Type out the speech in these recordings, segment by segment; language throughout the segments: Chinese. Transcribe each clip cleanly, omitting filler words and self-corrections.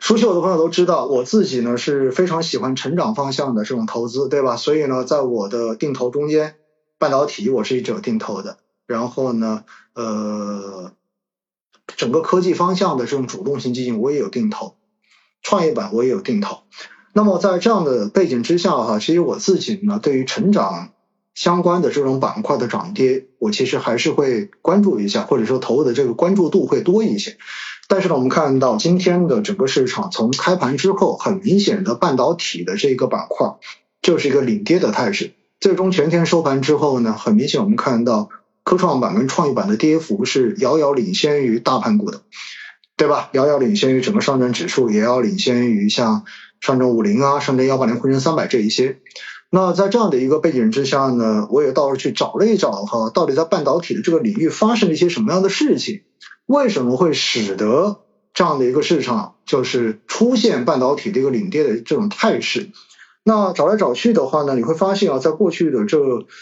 熟悉我的朋友都知道，我自己呢是非常喜欢成长方向的这种投资，对吧？所以呢，在我的定投中间，半导体我是一直有定投的。然后呢，整个科技方向的这种主动型基金我也有定投，创业板我也有定投。那么在这样的背景之下哈，其实我自己呢对于成长相关的这种板块的涨跌，我其实还是会关注一下，或者说投的这个关注度会多一些。但是呢，我们看到今天的整个市场从开盘之后，很明显的半导体的这个板块就是一个领跌的态势。最终全天收盘之后呢，很明显我们看到科创板跟创业板的跌幅是遥遥领先于大盘股的，对吧？遥遥领先于整个上证指数，也要领先于像上证50啊、上证180、沪深300这一些。那在这样的一个背景之下呢，我也倒是去找了一找哈，到底在半导体的这个领域发生了一些什么样的事情，为什么会使得这样的一个市场就是出现半导体的一个领跌的这种态势。那找来找去的话呢，你会发现啊，在过去的这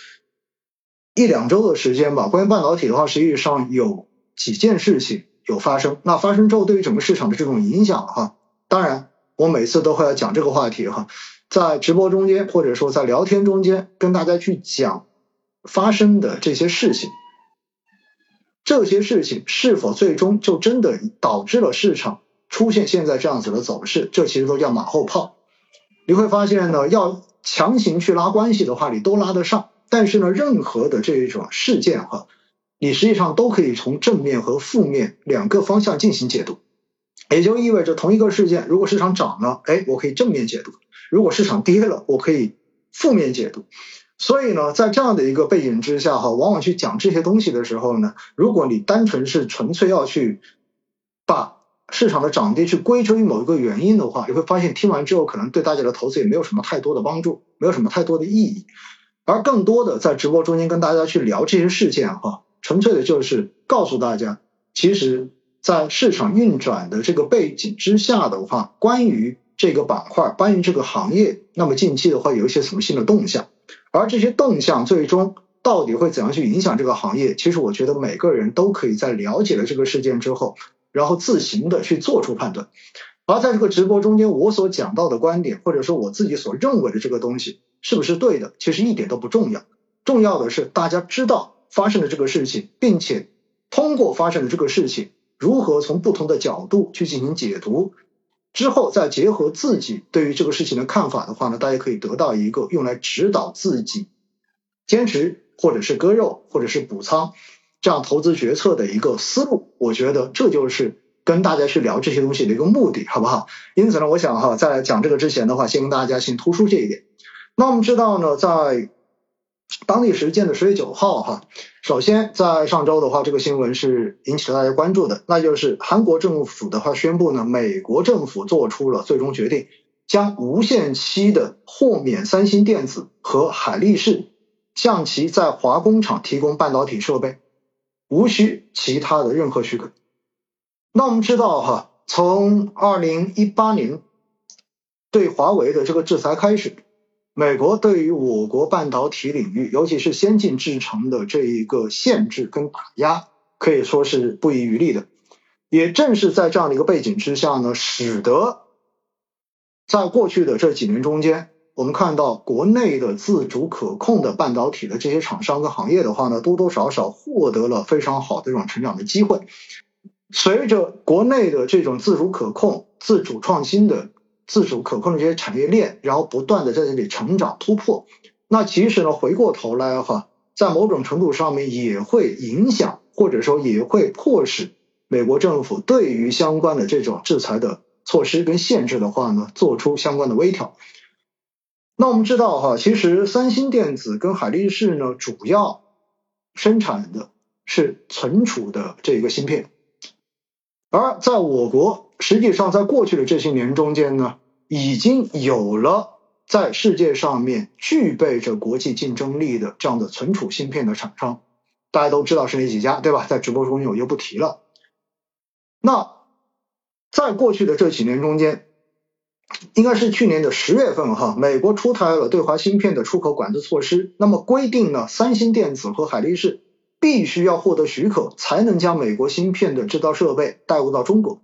1-2周的时间吧，关于半导体的话，实际上有几件事情有发生。那发生之后对于整个市场的这种影响哈，当然我每次都会要讲这个话题哈，在直播中间或者说在聊天中间跟大家去讲发生的这些事情，这些事情是否最终就真的导致了市场出现现在这样子的走势，这其实都叫马后炮。你会发现呢，要强行去拉关系的话，你都拉得上，但是呢，任何的这种事件哈，你实际上都可以从正面和负面两个方向进行解读。也就意味着同一个事件，如果市场涨了，我可以正面解读；如果市场跌了，我可以负面解读。所以呢，在这样的一个背景之下哈，往往去讲这些东西的时候呢，如果你单纯是纯粹要去把市场的涨跌去归咎于某一个原因的话，你会发现听完之后可能对大家的投资也没有什么太多的帮助，没有什么太多的意义。而更多的在直播中间跟大家去聊这些事件哈，纯粹的就是告诉大家，其实在市场运转的这个背景之下的话，关于这个板块，关于这个行业，那么近期的话有一些什么新的动向，而这些动向最终到底会怎样去影响这个行业，其实我觉得每个人都可以在了解了这个事件之后，然后自行的去做出判断。而在这个直播中间我所讲到的观点，或者说我自己所认为的这个东西是不是对的，其实一点都不重要，重要的是大家知道发生的这个事情，并且通过发生的这个事情如何从不同的角度去进行解读，之后再结合自己对于这个事情的看法的话呢，大家可以得到一个用来指导自己坚持或者是割肉或者是补仓这样投资决策的一个思路。我觉得这就是跟大家去聊这些东西的一个目的，好不好？因此呢，我想哈，在讲这个之前的话，先跟大家先突出这一点。那我们知道呢，在当地时间的10月9号哈，首先在上周的话，这个新闻是引起了大家关注的，那就是韩国政府的话宣布呢，美国政府做出了最终决定，将无限期的豁免三星电子和海力士向其在华工厂提供半导体设备，无需其他的任何许可。那我们知道哈，从2018年对华为的这个制裁开始，美国对于我国半导体领域，尤其是先进制程的这一个限制跟打压，可以说是不遗余力的。也正是在这样的一个背景之下呢，使得在过去的这几年中间，我们看到国内的自主可控的半导体的这些厂商跟行业的话呢，多多少少获得了非常好的这种成长的机会。随着国内的这种自主可控、自主创新的自主可控的这些产业链，然后不断的在这里成长突破，那其实呢，回过头来哈，在某种程度上面也会影响，或者说也会迫使美国政府对于相关的这种制裁的措施跟限制的话呢，做出相关的微调。那我们知道哈，其实三星电子跟海力士呢，主要生产的是存储的这个芯片。而在我国，实际上在过去的这些年中间呢，已经有了在世界上面具备着国际竞争力的这样的存储芯片的厂商，大家都知道是哪几家，对吧？在直播中我就不提了。那在过去的这几年中间，应该是去年的10月份哈，美国出台了对华芯片的出口管制措施，那么规定呢，三星电子和海力士必须要获得许可，才能将美国芯片的制造设备带入到中国。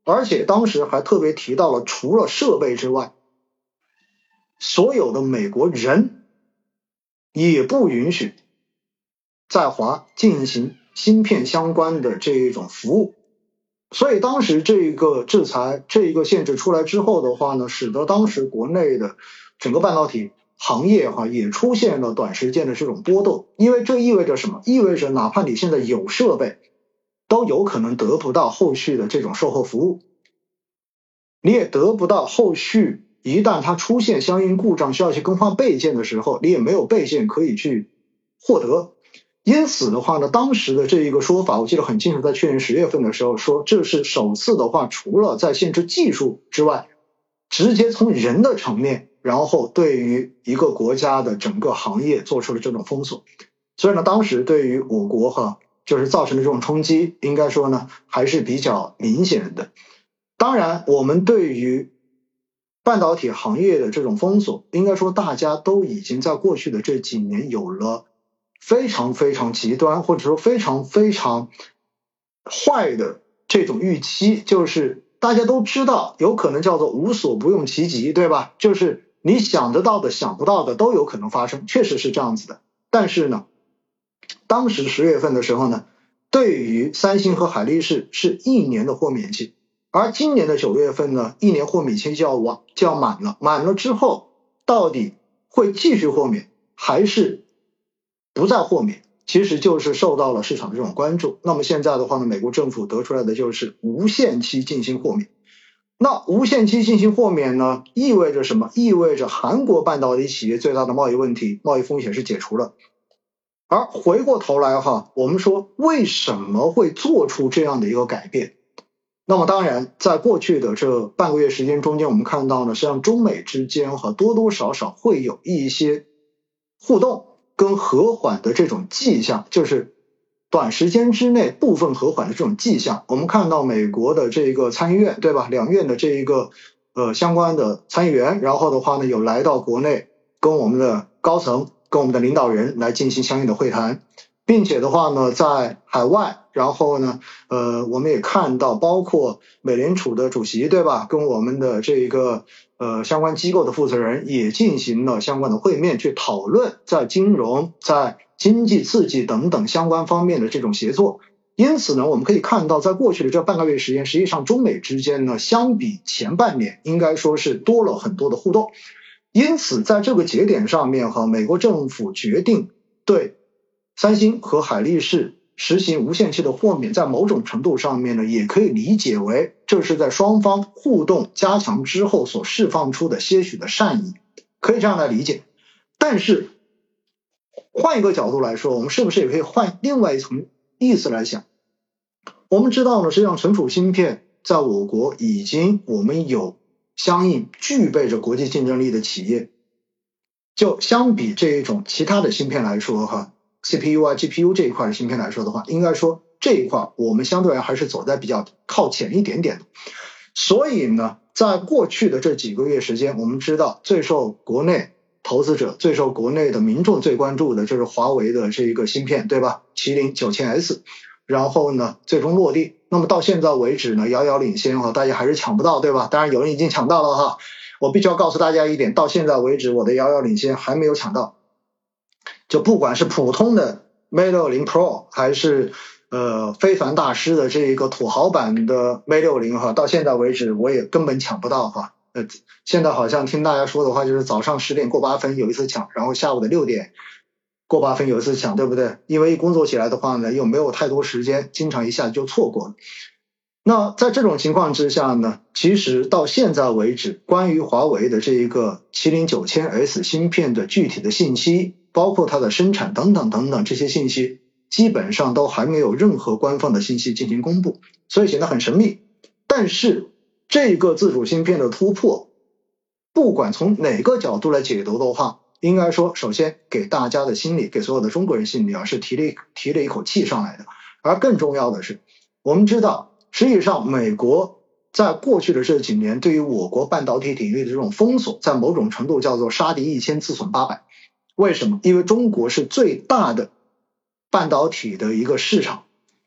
而且当时还特别提到了，除了设备之外，所有的美国人也不允许在华进行芯片相关的这一种服务。所以当时这个制裁，这一个限制出来之后的话呢，使得当时国内的整个半导体行业也出现了短时间的这种波动。因为这意味着什么？意味着哪怕你现在有设备，都有可能得不到后续的这种售后服务，你也得不到后续，一旦它出现相应故障需要去更换备件的时候，你也没有备件可以去获得。因此的话呢，当时的这一个说法我记得很清楚，在去年10月份的时候说，这是首次的话，除了在限制技术之外，直接从人的层面，然后对于一个国家的整个行业做出了这种封锁。所以呢，当时对于我国就是造成的这种冲击，应该说呢还是比较明显的。当然我们对于半导体行业的这种封锁，应该说大家都已经在过去的这几年有了非常非常极端，或者说非常非常坏的这种预期，就是大家都知道有可能叫做无所不用其极，对吧？就是你想得到的想不到的都有可能发生，确实是这样子的。但是呢，当时10月份的时候呢，对于三星和海力士是1年的豁免期，而今年的9月份呢，1年豁免期就要满了，满了之后到底会继续豁免还是不再豁免，其实就是受到了市场的这种关注。那么现在的话呢，美国政府得出来的就是无限期进行豁免。那无限期进行豁免呢，意味着什么？意味着韩国半导体企业最大的贸易问题、贸易风险是解除了。而回过头来我们说为什么会做出这样的一个改变？那么当然在过去的这半个月时间中间，我们看到呢，实际上中美之间多多少少会有一些互动跟和缓的这种迹象，就是短时间之内部分和缓的这种迹象。我们看到美国的这个参议院，对吧？两院的这一个相关的参议员，然后的话呢，有来到国内跟我们的高层、跟我们的领导人来进行相应的会谈，并且的话呢，在海外，然后呢我们也看到包括美联储的主席，对吧？跟我们的这个相关机构的负责人也进行了相关的会面，去讨论在金融、在经济刺激等等相关方面的这种协作。因此呢，我们可以看到在过去的这半个月时间，实际上中美之间呢，相比前半年应该说是多了很多的互动。因此在这个节点上面美国政府决定对三星和海力士实行无限期的豁免，在某种程度上面呢，也可以理解为这是在双方互动加强之后所释放出的些许的善意，可以这样来理解。但是换一个角度来说，我们是不是也可以换另外一层意思来想？我们知道呢，实际上存储芯片在我国我们有相应具备着国际竞争力的企业，就相比这一种其他的芯片来说CPU GPU 这一块的芯片来说的话，应该说这一块我们相对而言还是走在比较靠前一点点的。所以呢，在过去的这几个月时间，我们知道最受国内投资者、最受国内的民众最关注的就是华为的这一个芯片，对吧？麒麟 9000S， 然后呢最终落地。那么到现在为止呢，遥遥领先大家还是抢不到，对吧？当然有人已经抢到了我必须要告诉大家一点，到现在为止我的遥遥领先还没有抢到。就不管是普通的 Mate 60 Pro 还是非凡大师的这一个土豪版的 Mate 60到现在为止我也根本抢不到现在好像听大家说的话，就是早上10点过8分有一次抢，然后下午的6点过8分有一次抢，对不对？因为一工作起来的话呢，又没有太多时间，经常一下子就错过了。那在这种情况之下呢，其实到现在为止，关于华为的这一个麒麟 9000S 芯片的具体的信息，包括它的生产等等等等这些信息，基本上都还没有任何官方的信息进行公布，所以显得很神秘。但是这个自主芯片的突破，不管从哪个角度来解读的话，应该说首先给大家的心里，给所有的中国人心里是提了一口气上来的。而更重要的是，我们知道实际上美国在过去的这几年对于我国半导体领域的这种封锁，在某种程度叫做杀敌1000自损800。为什么？因为中国是最大的半导体的一个市场，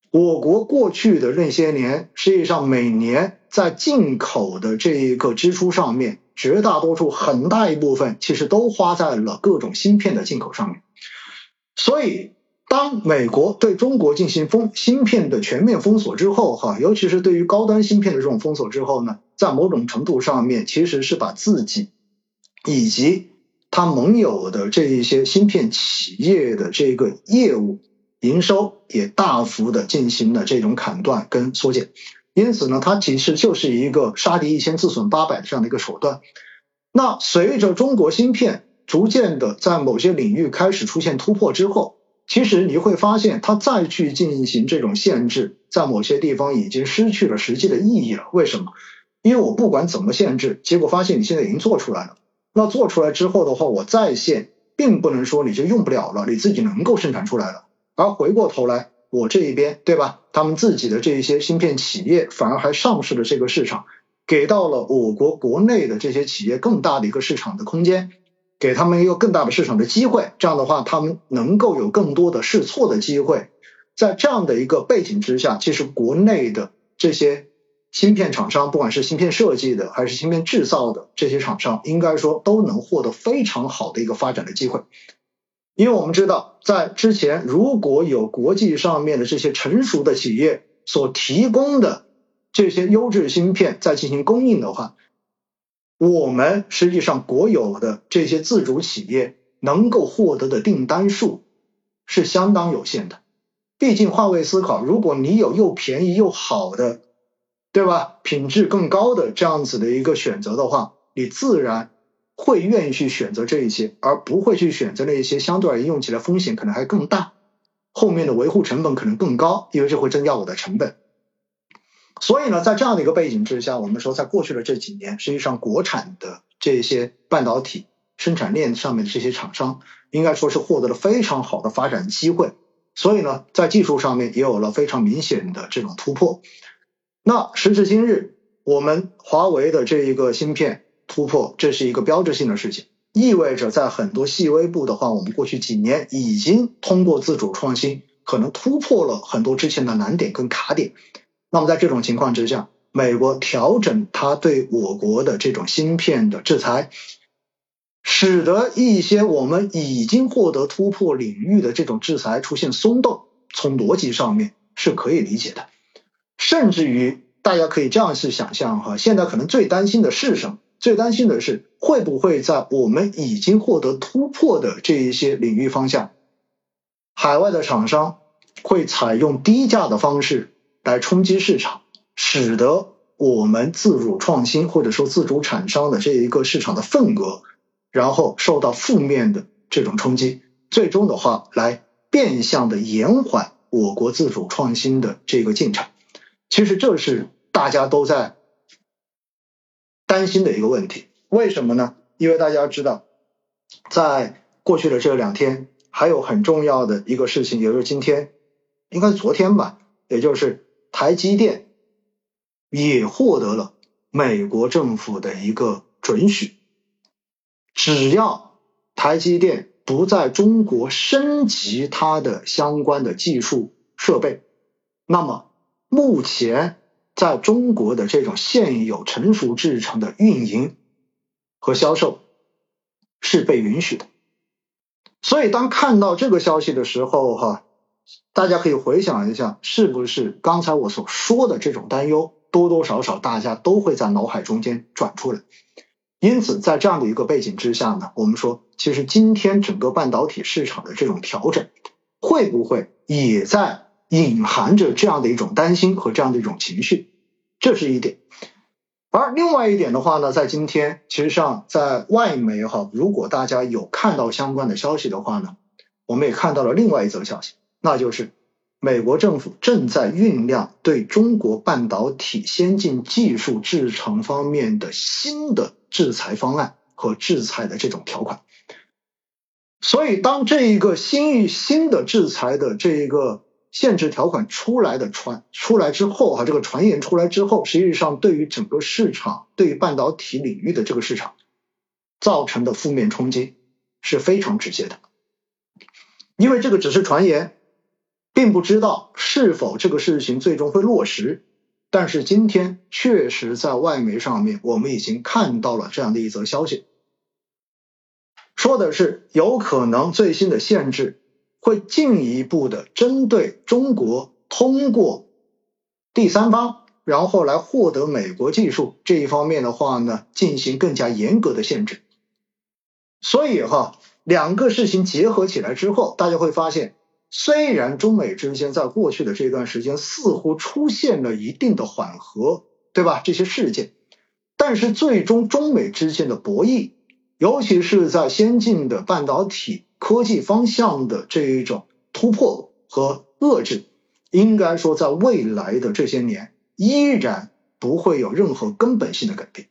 我国过去的那些年，实际上每年在进口的这一个支出上面，绝大多数很大一部分其实都花在了各种芯片的进口上面。所以当美国对中国进行芯片的全面封锁之后尤其是对于高端芯片的这种封锁之后呢，在某种程度上面其实是把自己以及它盟友的这一些芯片企业的这个业务营收也大幅的进行了这种砍断跟缩减。因此呢，它其实就是一个杀敌1千自损800的这样的一个手段。那随着中国芯片逐渐的在某些领域开始出现突破之后，其实你会发现它再去进行这种限制，在某些地方已经失去了实际的意义了。为什么？因为我不管怎么限制，结果发现你现在已经做出来了。那做出来之后的话，我再限并不能说你就用不了了，你自己能够生产出来了。而回过头来我这一边，对吧，他们自己的这一些芯片企业反而还上市了这个市场，给到了我国国内的这些企业更大的一个市场的空间，给他们一个更大的市场的机会，这样的话他们能够有更多的试错的机会。在这样的一个背景之下，其实国内的这些芯片厂商，不管是芯片设计的还是芯片制造的这些厂商，应该说都能获得非常好的一个发展的机会。因为我们知道在之前如果有国际上面的这些成熟的企业所提供的这些优质芯片再进行供应的话，我们实际上国有的这些自主企业能够获得的订单数是相当有限的。毕竟换位思考，如果你有又便宜又好的，对吧，品质更高的这样子的一个选择的话，你自然会愿意去选择这一些，而不会去选择那些相对而言用起来风险可能还更大，后面的维护成本可能更高，因为这会增加我的成本。所以呢，在这样的一个背景之下，我们说在过去的这几年，实际上国产的这些半导体生产链上面的这些厂商应该说是获得了非常好的发展机会，所以呢，在技术上面也有了非常明显的这种突破。那时至今日，我们华为的这一个芯片突破，这是一个标志性的事情，意味着在很多细微部的话，我们过去几年已经通过自主创新可能突破了很多之前的难点跟卡点。那么在这种情况之下，美国调整它对我国的这种芯片的制裁，使得一些我们已经获得突破领域的这种制裁出现松动，从逻辑上面是可以理解的。甚至于大家可以这样去想象现在可能最担心的是什么？最担心的是会不会在我们已经获得突破的这一些领域方向，海外的厂商会采用低价的方式来冲击市场，使得我们自主创新或者说自主厂商的这一个市场的份额，然后受到负面的这种冲击，最终的话来变相的延缓我国自主创新的这个进程。其实这是大家都在担心的一个问题。为什么呢？因为大家知道在过去的这2天还有很重要的一个事情，也就是今天应该是昨天吧，也就是台积电也获得了美国政府的一个准许，只要台积电不在中国升级它的相关的技术设备，那么目前在中国的这种现有成熟制程的运营和销售是被允许的。所以当看到这个消息的时候大家可以回想一下，是不是刚才我所说的这种担忧多多少少大家都会在脑海中间转出来。因此在这样的一个背景之下呢，我们说其实今天整个半导体市场的这种调整会不会也在隐含着这样的一种担心和这样的一种情绪，这是一点。而另外一点的话呢，在今天其实上在外媒如果大家有看到相关的消息的话呢，我们也看到了另外一则消息，那就是美国政府正在酝酿对中国半导体先进技术制程方面的新的制裁方案和制裁的这种条款。所以当这一个新的制裁的这一个限制条款出来之后这个传言出来之后，实际上对于整个市场，对于半导体领域的这个市场造成的负面冲击是非常直接的。因为这个只是传言， 并不知道是否这个事情最终会落实，但是今天确实在外媒上面我们已经看到了这样的一则消息，说的是有可能最新的限制会进一步的针对中国通过第三方然后来获得美国技术这一方面的话呢，进行更加严格的限制。所以两个事情结合起来之后，大家会发现，虽然中美之间在过去的这段时间似乎出现了一定的缓和，对吧？这些事件，但是最终中美之间的博弈，尤其是在先进的半导体科技方向的这一种突破和遏制，应该说在未来的这些年依然不会有任何根本性的改变。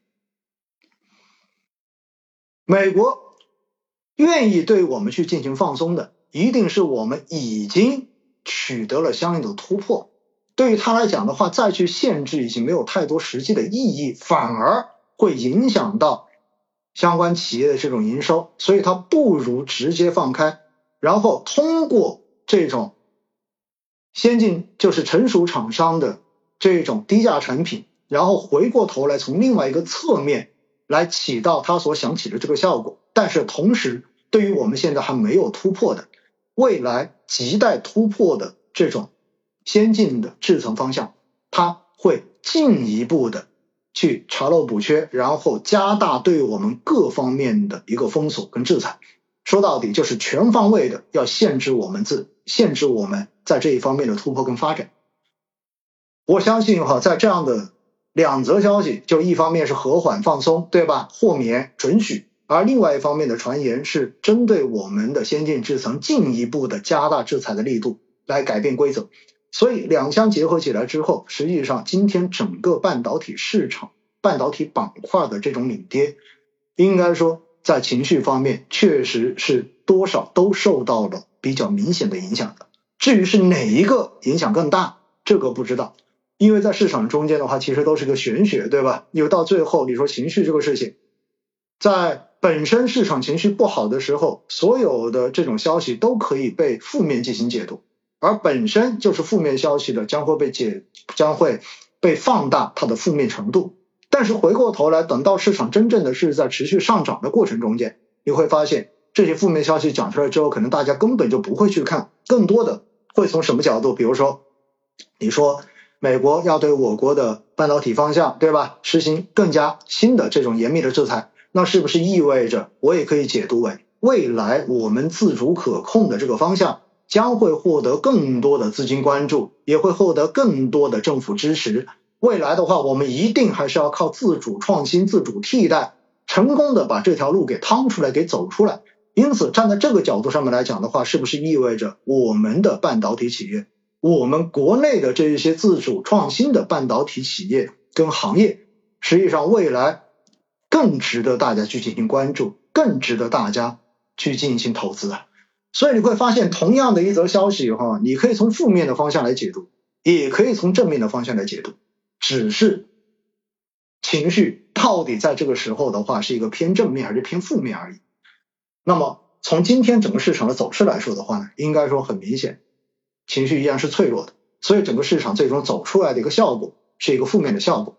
美国愿意对我们去进行放松的，一定是我们已经取得了相应的突破，对于他来讲的话，再去限制已经没有太多实际的意义，反而会影响到相关企业的这种营收，所以他不如直接放开，然后通过这种先进就是成熟厂商的这种低价产品，然后回过头来从另外一个侧面来起到他所想起的这个效果。但是同时对于我们现在还没有突破的，未来亟待突破的这种先进的制程方向，它会进一步的去查漏补缺，然后加大对我们各方面的一个封锁跟制裁。说到底就是全方位的要限制我们在这一方面的突破跟发展。我相信在这样的两则消息，就一方面是和缓放松，对吧？豁免准许，而另外一方面的传言是针对我们的先进制程进一步的加大制裁的力度，来改变规则。所以两相结合起来之后，实际上今天整个半导体市场、半导体板块的这种领跌，应该说在情绪方面确实是多少都受到了比较明显的影响的。至于是哪一个影响更大，这个不知道，因为在市场中间的话其实都是个玄学，对吧？因为到最后你说情绪这个事情，在本身市场情绪不好的时候，所有的这种消息都可以被负面进行解读，而本身就是负面消息的将会被放大它的负面程度。但是回过头来，等到市场真正的是在持续上涨的过程中间，你会发现这些负面消息讲出来之后，可能大家根本就不会去看，更多的会从什么角度，比如说你说美国要对我国的半导体方向，对吧，实行更加新的这种严密的制裁，那是不是意味着我也可以解读为未来我们自主可控的这个方向将会获得更多的资金关注，也会获得更多的政府支持。未来的话，我们一定还是要靠自主创新、自主替代，成功的把这条路给趟出来、给走出来。因此站在这个角度上面来讲的话，是不是意味着我们的半导体企业，我们国内的这一些自主创新的半导体企业跟行业，实际上未来更值得大家去进行关注，更值得大家去进行投资啊。所以你会发现，同样的一则消息你可以从负面的方向来解读，也可以从正面的方向来解读，只是情绪到底在这个时候的话是一个偏正面还是偏负面而已。那么从今天整个市场的走势来说的话呢，应该说很明显情绪依然是脆弱的，所以整个市场最终走出来的一个效果是一个负面的效果。